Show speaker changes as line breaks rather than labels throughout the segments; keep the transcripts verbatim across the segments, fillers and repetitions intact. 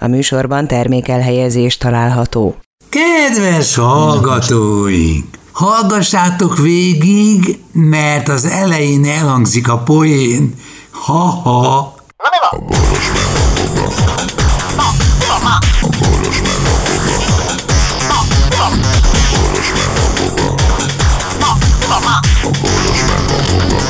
műsorban termékelhelyezés található.
Kedves hallgatóink! Hallgassátok végig, mert az elején elhangzik a poén. Ha-ha!
A boros meg a boga. A boros meg a boga. A boros meg a boga. A boros meg a boga.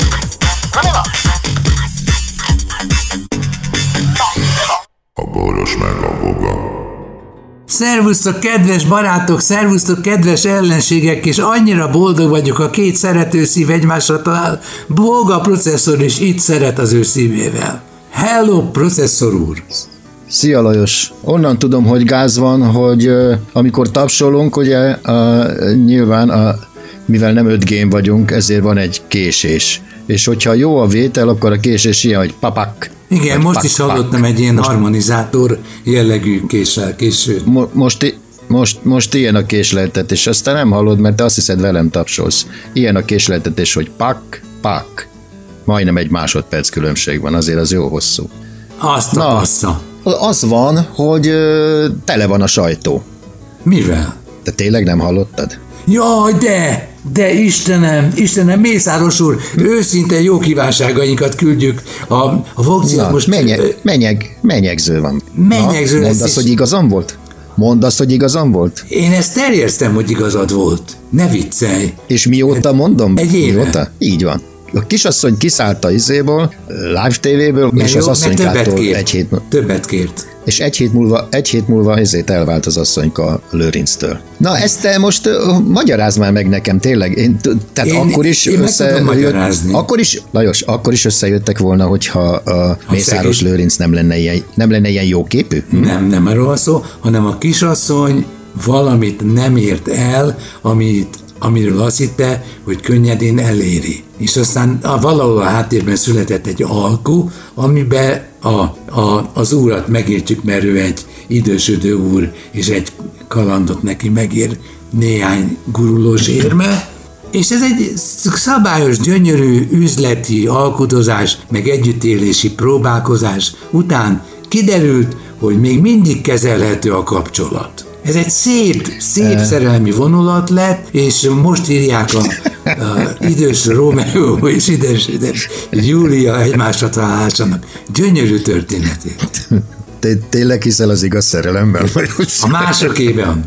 A boros meg a boga.
Szervusztok, kedves barátok, szervusztok, kedves ellenségek, és annyira boldog vagyok, a két szerető szív egymásra talál. Boga processzor is itt szeret az ő szívével. Hello, processzor úr!
Szia Lajos! Onnan tudom, hogy gáz van, hogy uh, amikor tapsolunk, ugye uh, nyilván, uh, mivel nem öt gén vagyunk, ezért van egy késés. És hogyha jó a vétel, akkor a késés ilyen, hogy papak.
Igen, most
pak,
is hallottam
pak.
egy ilyen
most,
harmonizátor jellegű késsel, későt.
Mo- most, most, most ilyen a késleltetés, aztán nem hallod, mert te azt hiszed velem tapsolsz. Ilyen a késleltetés, hogy pak, pak. Majdnem egy másodperc különbség van, azért az jó hosszú.
Azt a passza.
Az van, hogy ö, tele van a sajtó.
Mivel?
Te tényleg nem hallottad?
Jaj, de! De Istenem, Istenem, Mészáros úr, őszinte jó kívánságainkat küldjük. A, a Vokciát most...
Menyeg, menyeg, menyegző van.
Menyegző
Na,
lesz.
Mondd azt, hogy igazam volt? Mondd azt, hogy igazam volt?
Én ezt terjesztem, hogy igazad volt. Ne viccelj.
És mióta mondom?
Egy éve.
Mióta? Így van. A kisasszony kiszállt a izéból, live tévéből, és
jó,
az asszonykától
kért.
egy hét
Többet kért.
És egy hét múlva, egy hét múlva ezért elvált az asszonyka Lőrinctől. Na ezt te most uh, magyarázd már meg nekem, tényleg. Én, tehát
én,
akkor is
én
összejött, akkor is, Lajos, akkor is összejöttek volna, hogyha a Mészáros szegény Lőrinc nem lenne ilyen, nem lenne ilyen jóképű? Hm?
Nem, nem erről van szó, hanem a kisasszony valamit nem ért el, amit amiről azt hitte, hogy könnyedén eléri. És aztán a, valahol a háttérben született egy alku, amiben a, a, az úrat megértjük, mert ő egy idősödő úr, és egy kalandot neki megér néhány gurulós érme, és ez egy szabályos, gyönyörű üzleti alkudozás, meg együttélési próbálkozás után kiderült, hogy még mindig kezelhető a kapcsolat. Ez egy szép, szép szerelmi vonulat lett, és most írják a, a idős Rómeó és idős, idős Júlia egymásra találásának gyönyörű történetét.
Te tényleg hiszel az igaz szerelemben?
A másokében.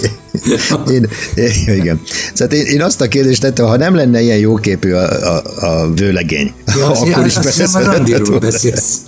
Én, igen. Szóval én, én azt a kérdést tettem, ha nem lenne ilyen jóképű a, a, a vőlegény,
ja,
akkor
az,
is
beszélhetett beszélsz.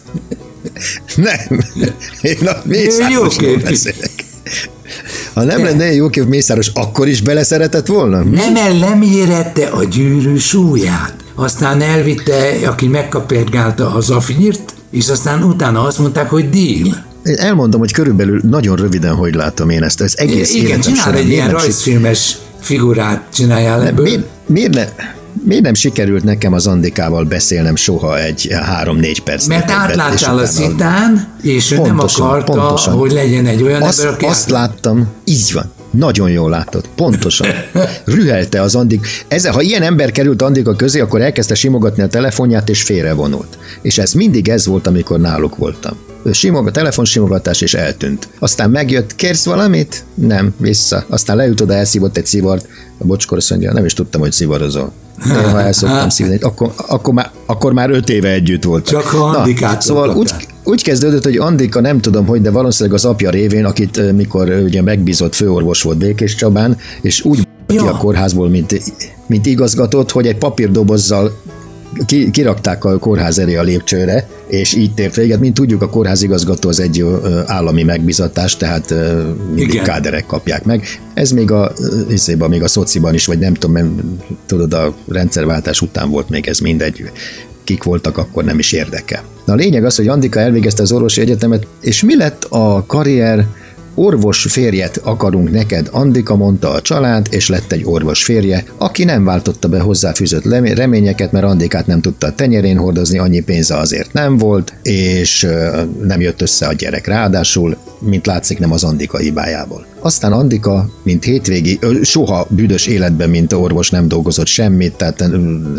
Nem. Én a Mészárosról beszélek. Ha nem lenne ilyen jóképű Mészáros, akkor is beleszeretett volna?
Nem nem érette a gyűrű súlyát. Aztán elvitte, aki megkapérgálta a zafírt, és aztán utána azt mondták, hogy deal.
Én elmondom, hogy körülbelül nagyon röviden, hogy látom én ezt. Ez egész
igen, csinál egy ilyen rajzfilmes figurát, csináljál ebből.
Miért, miért, ne, miért nem sikerült nekem az Andikával beszélnem soha egy három-négy perc?
Mert átláttál a szitán, és ő
pontosan,
nem akarta,
pontosan.
hogy legyen egy olyan
azt,
ember, aki
Azt
átlát.
láttam, így van. Nagyon jól látod, pontosan. Rühelte az Andik. Ezzel, ha ilyen ember került Andika közé, akkor elkezdte simogatni a telefonját, és félrevonult. És ez mindig ez volt, amikor náluk voltam. Simog, a telefonsimogatás, és eltűnt. Aztán megjött, kérsz valamit? Nem, vissza. Aztán leült oda, elszívott egy szivart. A bocskor azt mondja, nem is tudtam, hogy szivarozol. Én, ha el szoktam szívni, akkor, akkor, már, akkor már öt éve együtt voltak.
Csak ha Andikát.
Szóval úgy, úgy kezdődött, hogy Andika nem tudom, hogy, de valószínűleg az apja révén, akit mikor ugye megbízott főorvos volt Békés Csabán, és úgy ja. ki a kórházból, mint, mint igazgatott, hogy egy papírdobozzal ki, kirakták a kórház elé a lépcsőre, és így tért véget. Mint tudjuk, a kórházigazgató az egy állami megbízatás, tehát mindig igen. káderek kapják meg. Ez még a, hiszében, még a szociban is, vagy nem tudom, nem, tudod, a rendszerváltás után volt még ez, mindegy. Kik voltak, akkor nem is érdekel. Na a lényeg az, hogy Andika elvégezte az orvosi egyetemet, és mi lett a karrier orvos férjet akarunk neked, Andika, mondta a család, és lett egy orvos férje, aki nem váltotta be hozzáfűzött reményeket, mert Andikát nem tudta a tenyerén hordozni, annyi pénze azért nem volt, és nem jött össze a gyerek. Ráadásul, mint látszik, nem az Andika hibájából. Aztán Andika, mint hétvégi, soha büdös életben, mint orvos nem dolgozott semmit, tehát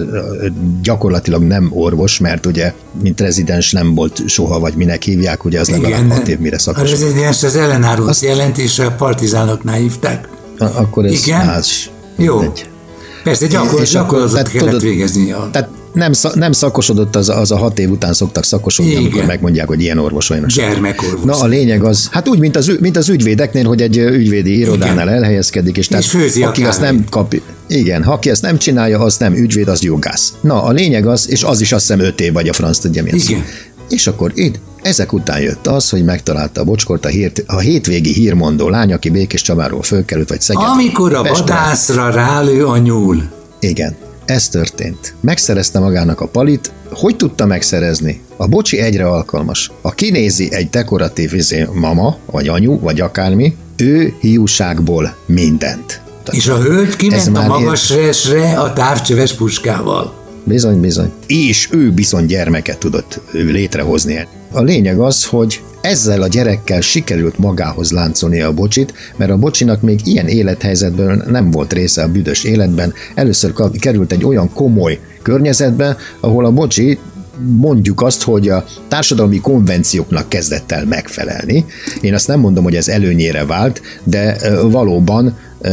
gyakorlatilag nem orvos, mert ugye, mint rezidens nem volt soha, vagy minek hívják, ugye az legalább hat év mire szakos.
A rezidens az ellenárult Azt... jelentésre a partizánoknál hívták.
A, akkor ez
igen?
más.
Jó. Egy. Persze, gyakor, és gyakorlatot kellett tudod, végezni. A...
Tehát nem, nem szakosodott, az, az a hat év után szoktak szakosodni, igen, amikor megmondják, hogy ilyen orvos olyan.
Gyermekorvos.
Na a lényeg az, hát úgy, mint az, mint az ügyvédeknél, hogy egy ügyvédi irodánál igen. elhelyezkedik, és, és tehát aki azt nem kap, igen, ha aki ezt nem csinálja, az nem ügyvéd, az jogász. Na a lényeg az, és az is azt hiszem öt év vagy a franc tudja mi az. És akkor itt, ezek után jött az, hogy megtalálta a Bocskort, a, hírt, a hétvégi hírmondó lány, aki Békés Csabáról fölkerült, vagy Szeged.
Amikor a Pestre. Vadászra rálő a nyúl.
Igen, ez történt. Megszerezte magának a palit. Hogy tudta megszerezni? A bocsi egyre alkalmas. Ha kinézi egy dekoratív izé, mama, vagy anyu, vagy akármi, ő hiúságból mindent.
És a hölgy kiment a magasresre a távcsöves puskával.
Bizony, bizony. És ő bizony gyermeket tudott ő létrehozni. A lényeg az, hogy ezzel a gyerekkel sikerült magához láncolni a bocsit, mert a bocsinak még ilyen élethelyzetben nem volt része a büdös életben. Először került egy olyan komoly környezetbe, ahol a bocsi mondjuk azt, hogy a társadalmi konvencióknak kezdett el megfelelni. Én azt nem mondom, hogy ez előnyére vált, de valóban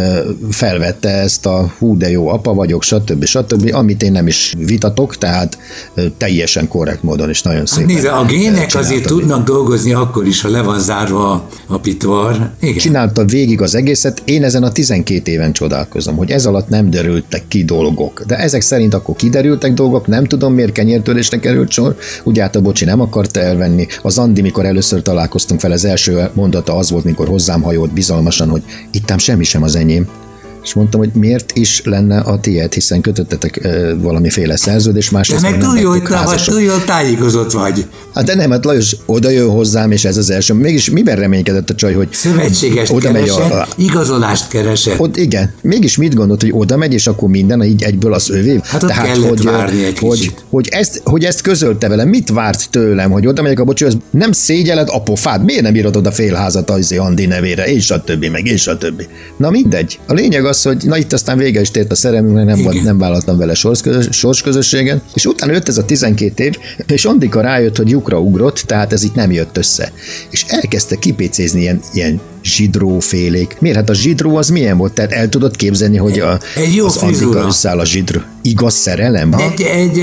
felvette ezt a hú de jó apa vagyok, stb. stb., amit én nem is vitatok, tehát teljesen korrekt módon és nagyon szépen.
Nézd, a gének azért tudnak dolgozni akkor is, ha le van zárva a pitvar. Igen.
Csinálta végig az egészet, én ezen a tizenkét éven csodálkozom, hogy ez alatt nem derültek ki dolgok. De ezek szerint akkor kiderültek dolgok, nem tudom miért kenyértörésre került sor, ugye hát a bocsi nem akarta elvenni. Az Andi, mikor először találkoztunk fel, az első mondata az volt, mikor hozzám hajolt bizalmasan, hogy ittám semmi sem az enyém. És mondtam, hogy miért is lenne a tiéd, hiszen kötöttetek e, valamiféle szerződés, másrészt
de meg túl jól, túl jól tájékozott vagy.
Hát de nem, hát Lajos oda jön hozzám, és ez az első. Mégis miben reménykedett a csaj, hogy
szövetségest oda keresett, megy a, a, igazolást keresett.
Ott, igen, mégis mit gondolt, hogy oda megy, és akkor minden, így egyből az övé?
Hát ott Tehát, kellett hogy, várni egy
hogy,
kicsit.
Hogy ezt, hogy ezt közölte velem, mit várt tőlem, hogy oda megyek a bocsóhoz, nem szégyeled a pofád, miért nem írod oda félházat az Andi nevére, és a többi, meg és a többi. Na mindegy. A lényeg az, hogy na itt aztán vége is tért a szerelmünknek, nem, volt, nem vállaltam vele sorsközösségen, és utána jött ez a tizenkét év, és Andika rájött, hogy lyukra ugrott, tehát ez itt nem jött össze. És elkezdte kipécézni ilyen, ilyen zsidrófélék. Miért? Hát a zsidró az milyen volt? Tehát el tudod képzelni, hogy a, az Andika összeáll a zsidró. Igaz szerelem? Ha?
Egy, egy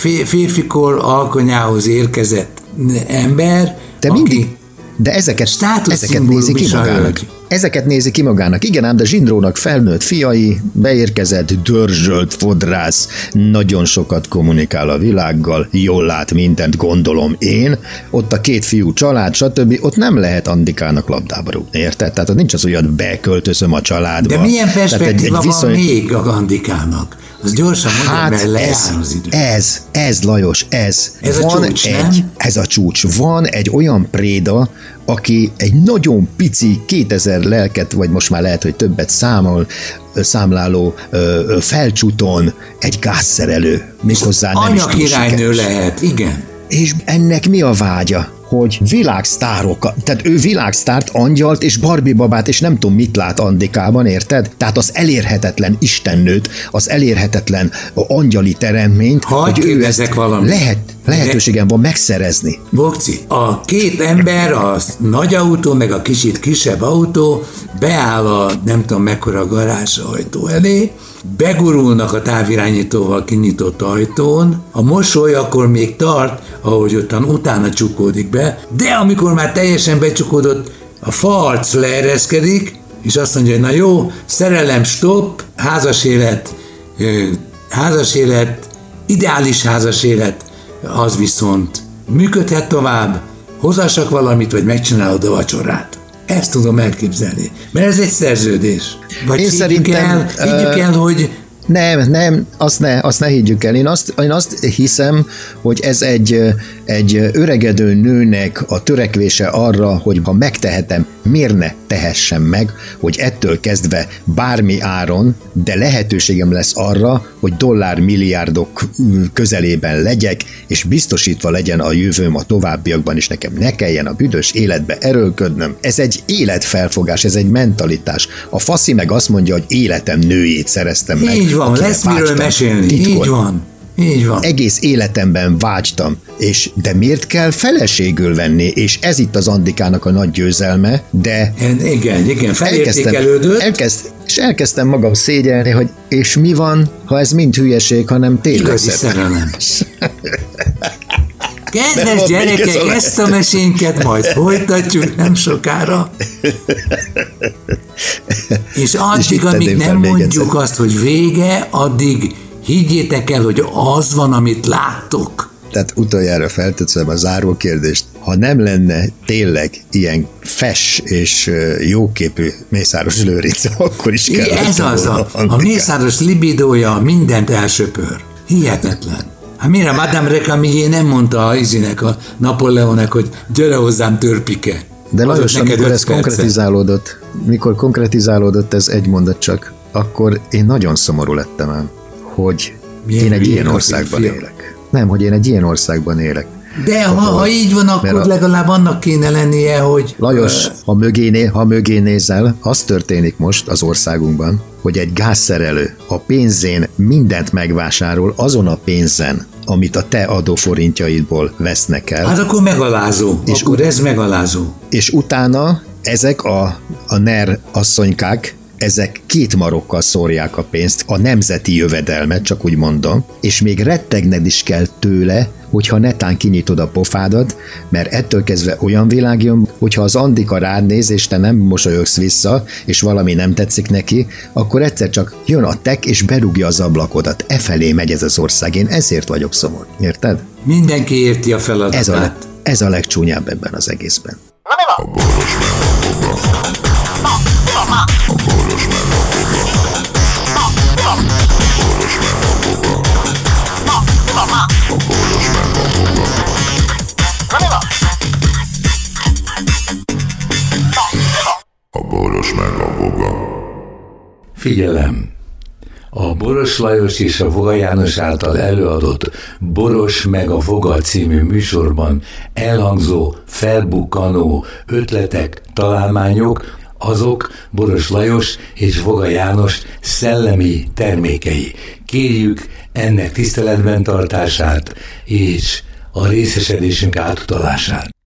férfikor alkonyához érkezett ember,
de
aki
mindig, de ezeket, ezeket nézi ki magának. Ezeket nézi ki magának. Igen ám, de Zsindrónak felnőtt fiai, beérkezett, dörzsölt fodrász, nagyon sokat kommunikál a világgal, jól lát mindent, gondolom én, ott a két fiú család, stb. Ott nem lehet Andikának labdába rúgni, érted? Tehát ott nincs az, hogy beköltözöm a családba.
De milyen perspektíva egy, egy viszony... van még a Andikának? Az gyorsan mondja, hát mert lejár az idő.
Ez, ez Lajos, ez.
Ez
van
a csúcs,
egy,
nem?
Ez a csúcs. Van egy olyan préda, aki egy nagyon pici kétezer lelket, vagy most már lehet, hogy többet számol, számláló felcsúton egy gázszerelő. Méghozzá nem is
anyakirálynő lehet, igen.
És ennek mi a vágya? Hogy világsztárok, tehát ő világsztárt, angyalt és Barbie babát, és nem tudom mit lát Andikában, érted? Tehát az elérhetetlen istennőt, az elérhetetlen angyali teremtményt,
Hagy
hogy ő ezt lehet, lehetőségem van megszerezni.
Bokci, a két ember, a nagy autó, meg a kicsit kisebb autó beáll a nem tudom mekkora garázs ajtó elé, begurulnak a távirányítóval kinyitott ajtón, a mosoly akkor még tart, ahogy ottan utána csukódik be, de amikor már teljesen becsukódott, a farc leereszkedik, és azt mondja, hogy na jó, szerelem, stop, házas élet, házas élet, ideális házas élet, az viszont működhet tovább, hozassak valamit, vagy megcsinálod a vacsorát. Ezt tudom elképzelni, mert ez egy szerződés. Vagy
én
higgyük el, higgyük el, hogy
Nem, nem, azt ne, azt ne higgyük el. Én azt, én azt hiszem, hogy ez egy, egy öregedő nőnek a törekvése arra, hogy ha megtehetem, miért ne tehessem meg, hogy ettől kezdve bármi áron, de lehetőségem lesz arra, hogy dollármilliárdok közelében legyek, és biztosítva legyen a jövőm a továbbiakban is, nekem ne kelljen a büdös életbe erőlködnöm. Ez egy életfelfogás, ez egy mentalitás. A faszi meg azt mondja, hogy életem nőjét szereztem meg.
Így van, lesz miről mesélni. Titkon. Így van. Így van.
Egész életemben vágytam, és de miért kell feleségül venni, és ez itt az Andikának a nagy győzelme, de...
Igen, igen, felértékelődött.
Elkezd, és elkezdtem magam szégyelni, hogy és mi van, ha ez mind hülyeség, hanem tényleg
igazi szerelem. Kedves gyerekek, ez a ezt a mesénket majd folytatjuk nem sokára. És addig, és amíg nem mondjuk azt, hogy vége, addig higgyétek el, hogy az van, amit láttok.
Tehát utoljára feltetszem a záró kérdést. Ha nem lenne tényleg ilyen fes és jóképű Mészáros Lőrinc, akkor is kell.
Ez az a, a Mészáros libidója mindent elsöpör. Hihetetlen. Hát mire Madame Récamier nem mondta a Izinek, a Napóleonnek, hogy gyere hozzám törpike.
De Lajos, amikor ez konkretizálódott, mikor konkretizálódott ez egy mondat csak, akkor én nagyon szomorú lettem ám, hogy milyen én egy ilyen országban film. élek. Nem, hogy én egy ilyen országban élek.
De ha, ha így van, akkor a, legalább annak kéne lennie, hogy...
Lajos, uh, ha, mögé né, ha mögé nézel, az történik most az országunkban, hogy egy gázszerelő a pénzén mindent megvásárol azon a pénzen, amit a te adóforintjaidból vesznek el.
Hát akkor megalázó. És akkor ez megalázó.
És utána ezek a, a NER asszonykák, ezek két marokkal szórják a pénzt, a nemzeti jövedelmet, csak úgy mondom, és még rettegned is kell tőle, hogyha netán kinyitod a pofádat, mert ettől kezdve olyan világ jön, hogyha az Andika rád néz, és te nem mosolyogsz vissza, és valami nem tetszik neki, akkor egyszer csak jön a tek, és berúgja az ablakodat. E felé megy ez az ország, én ezért vagyok szomorú. Érted?
Mindenki érti a feladatát.
Ez a, ez a legcsúnyább ebben az egészben.
A boros meg a boga. A boros meg a boga. A boros meg a boga. A boros meg a boga. A boros meg a boga.
Figyelem! A Boros Lajos és a Voga János által előadott Boros meg a Voga című műsorban elhangzó, felbukkanó ötletek, találmányok, azok Boros Lajos és Voga János szellemi termékei. Kérjük ennek tiszteletben tartását és a részesedésünk átutalását.